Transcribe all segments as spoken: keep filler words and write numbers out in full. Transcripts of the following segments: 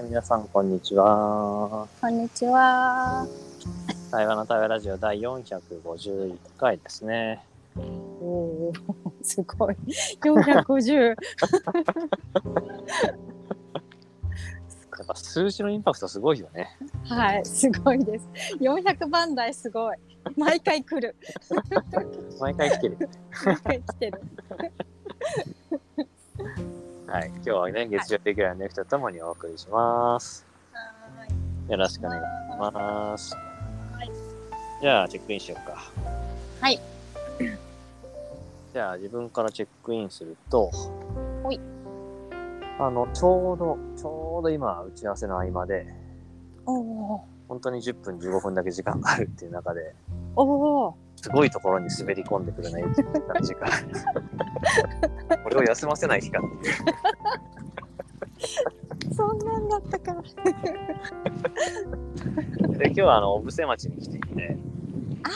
皆さんこんにちは。 こんにちは。 対話の対話ラジオ第よんひゃくごじゅういっかいですね。 おお、すごい。よんひゃくごじゅう。 やっぱ数字のインパクトすごいよね。 はい、すごいです。よんひゃくばん台すごい。毎回来る。 毎回来てる。 毎回来てる。 はい、今日はね月曜レギュラーのネクとともにお送りします。 はよろしくお願いします。 はい。 じゃあチェックインしようか。 はい。 じゃあ自分からチェックインすると、 ほい。 あのちょうどちょうど今打ち合わせの合間で、 おお。 本当にじゅっぷんじゅうごふんだけ時間があるっていう中で、 おお。 すごいところに滑り込んでくるなっていう感じが俺を休ませない日かっていうそんなんだったか。 で今日はあの小布施町に来ていて、あ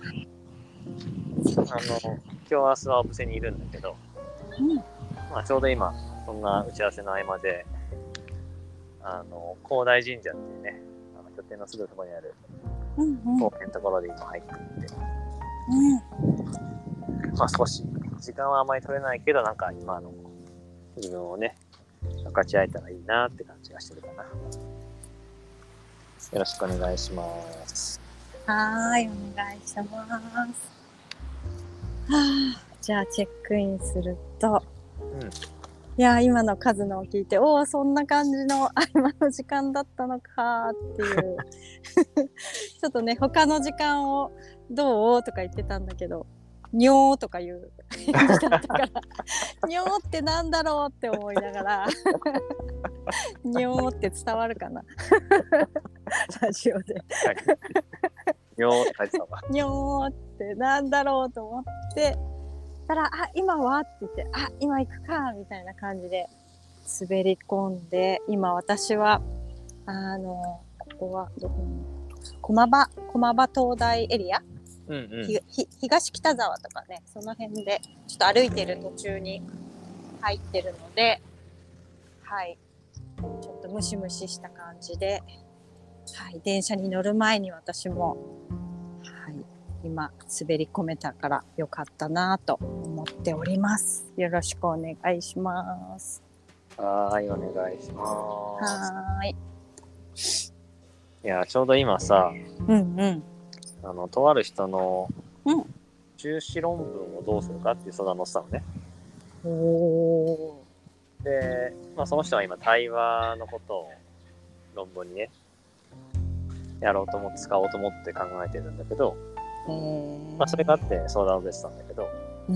あの今日明日は小布施にいるんだけど、 うん、 まあ、ちょうど今そんな打ち合わせの合間であの高台神社っていうね、あの拠点のすぐそこにあるうんうん公園のところで今入っていて、 うん、 まあ少し時間はあまり取れないけど、なんか今の自分をね分かち合えたらいいなって感じがしてるかな。よろしくお願いします。 はーい、お願いします。はあ、じゃあチェックインすると、 うん、 いや今の数のを聞いて、おおそんな感じの合間の時間だったのかっていうちょっとね他の時間をどうとか言ってたんだけど、にょーとかいう返事だったからにょーってなんだろうって思いながらにょーって伝わるかなラジオでにょーって書いてたわ。 にょーってなんだろうと思ってたら、あ、今はって言って、あ、今行くかみたいな感じで滑り込んで、今私はあのここはどこに駒場駒場東大エリア、 うんうん、 ひひ東北沢とかね、その辺でちょっと歩いてる途中に入ってるので、はい、ちょっとムシムシした感じで、はい、電車に乗る前に私も、はい、今滑り込めたからよかったなと思っております。よろしくお願いします。 はーい、お願いします。 はーい。 いやちょうど今さ、 うんうん。 あのとある人のうん。 修士論文をどうするかっていう相談乗ってたのね。 おお。 で、まあ、その人は今対話のことを論文にねやろうと思って使おうと思って考えてるんだけど、 へー、 まあ、それがあって相談を受けてたんだけど、 うんうん。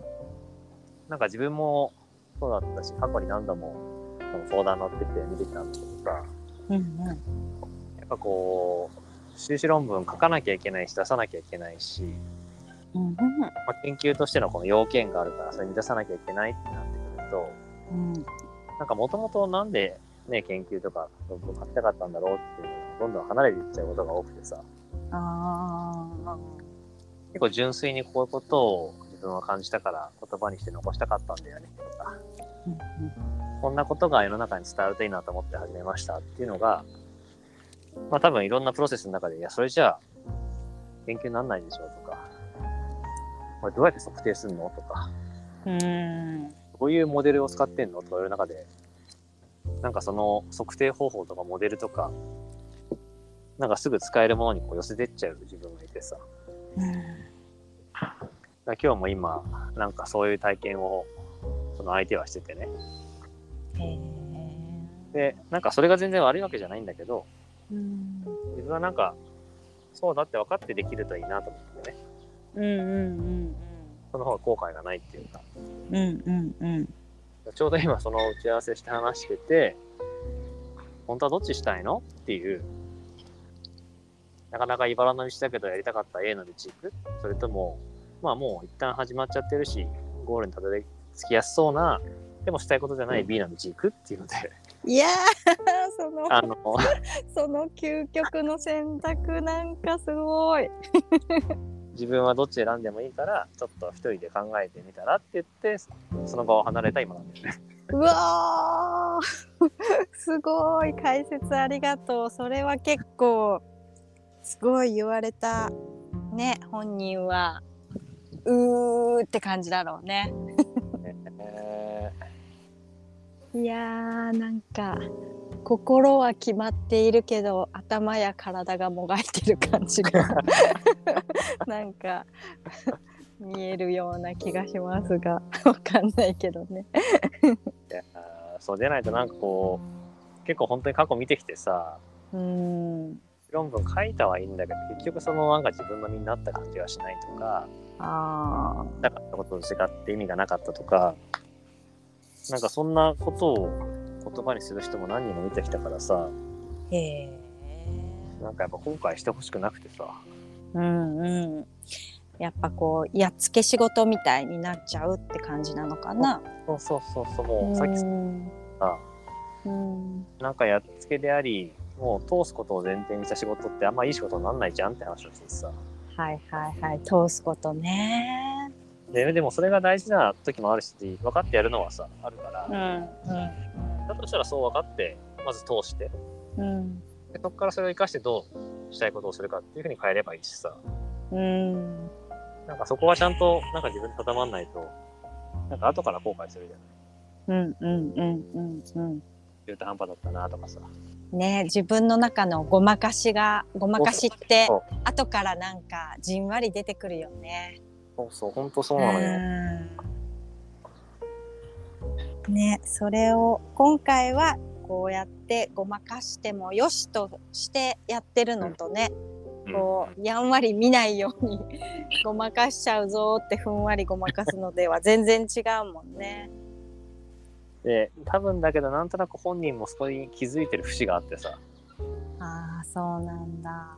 なんか自分もそうだったし、過去に何度もその相談乗ってて見てきたんだけどさ、 うんうん、 やっぱこう修士論文書かなきゃいけないし出さなきゃいけないし、 うんうんまあ、研究としてのこの要件があるからそれに出さなきゃいけないってなってくると、 うん、 なんかもともとなんでね研究とか論文書きたかったんだろうっていうのがどんどん離れていっちゃうことが多くてさ、 ああ、 結構純粋にこういうことを自分は感じたから言葉にして残したかったんだよねとか、 うんうん、 こんなことが世の中に伝わるといいなと思って始めましたっていうのが、まあ多分いろんなプロセスの中で、いやそれじゃあ研究になんないでしょうとか、これどうやって測定するのとか、 うーん、 どういうモデルを使ってんのという中で、なんかその測定方法とかモデルとか、なんかすぐ使えるものにこう寄せてっちゃう自分がいてさ、 うん、 だから今日も今なんかそういう体験をその相手はしててね、 へでなんかそれが全然悪いわけじゃないんだけど、 ー、うん、 自分はなんかそうだって分かってできるといいなと思ってね、 うんうんうんその方が後悔がないっていうか、 うんうんうん、 ちょうど今その打ち合わせして話してて、本当はどっちしたいのっていう、なかなか茨の道だけどやりたかった A の道行く、それともまあもう一旦始まっちゃってるしゴールにたどり着きやすそうなでもしたいことじゃない B の道行くっていうので、 いやーそのあのその究極の選択なんかすごい自分はどっち選んでもいいからちょっと一人で考えてみたらって言ってその場を離れた今なんだよねうわーすごい解説ありがとう。それは結構すごい言われたね。本人はうーって感じだろうね。 えいやーなんか心は決まっているけど頭や体がもがいてる感じがなんか見えるような気がしますがわかんないけどね。 ーいやーそうでないとなんかこう結構本当に過去見てきてさ、 うーん論文書いたはいいんだけど結局そのなんか自分の身になった感じがしないとか、 あなかったことと違って意味がなかったとか、なんかそんなことを言葉にする人も何人も見てきたからさ、 ーへえなんかやっぱ後悔してほしくなくてさ。 うんうんやっぱこうやっつけ仕事みたいになっちゃうって感じなのかな。 そうそうそうそう、もうさっきさ、 うんなんかやっつけであり、もう通すことを前提にした仕事ってあんまいい仕事になんないじゃんって話をしてさ。 はいはいはい通すことね。 で、でもそれが大事な時もあるし、分かってやるのはさ、あるから、 うんだとしたらそう分かって、まず通して、 うんでそこからそれを生かしてどうしたいことをするかっていうふうに変えればいいしさ。 うんなんかそこはちゃんとなんか自分で定まんないと、なんか後から後悔するじゃない。 うんうんうんうんうん中途半端だったなとかさ。 ね自分の中のごまかしがごまかしってそう後からなんかじんわり出てくるよね。 そうそう、ほんとそうなのよ。 うんねそれを今回はこうやってごまかしてもよしとしてやってるのとね、 うん、 こうやんわり見ないようにごまかしちゃうぞってふんわりごまかすのでは全然違うもんね。 で、多分だけどなんとなく本人もそこに気づいてる節があってさ。 ああそうなんだ。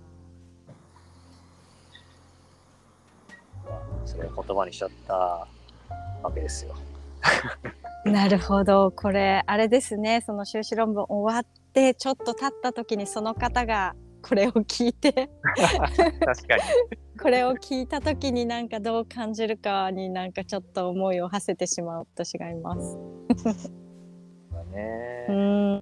それを言葉にしちゃったわけですよ。 なるほどこれあれですねその修士論文終わってちょっと経った時にその方がこれを聞いて確かに。 これを聞いた時になんかどう感じるかになんかちょっと思いを馳せてしまう私がいます。 だね。 うん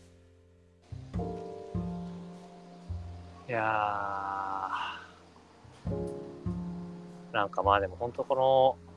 いやーなんかまあでも本当この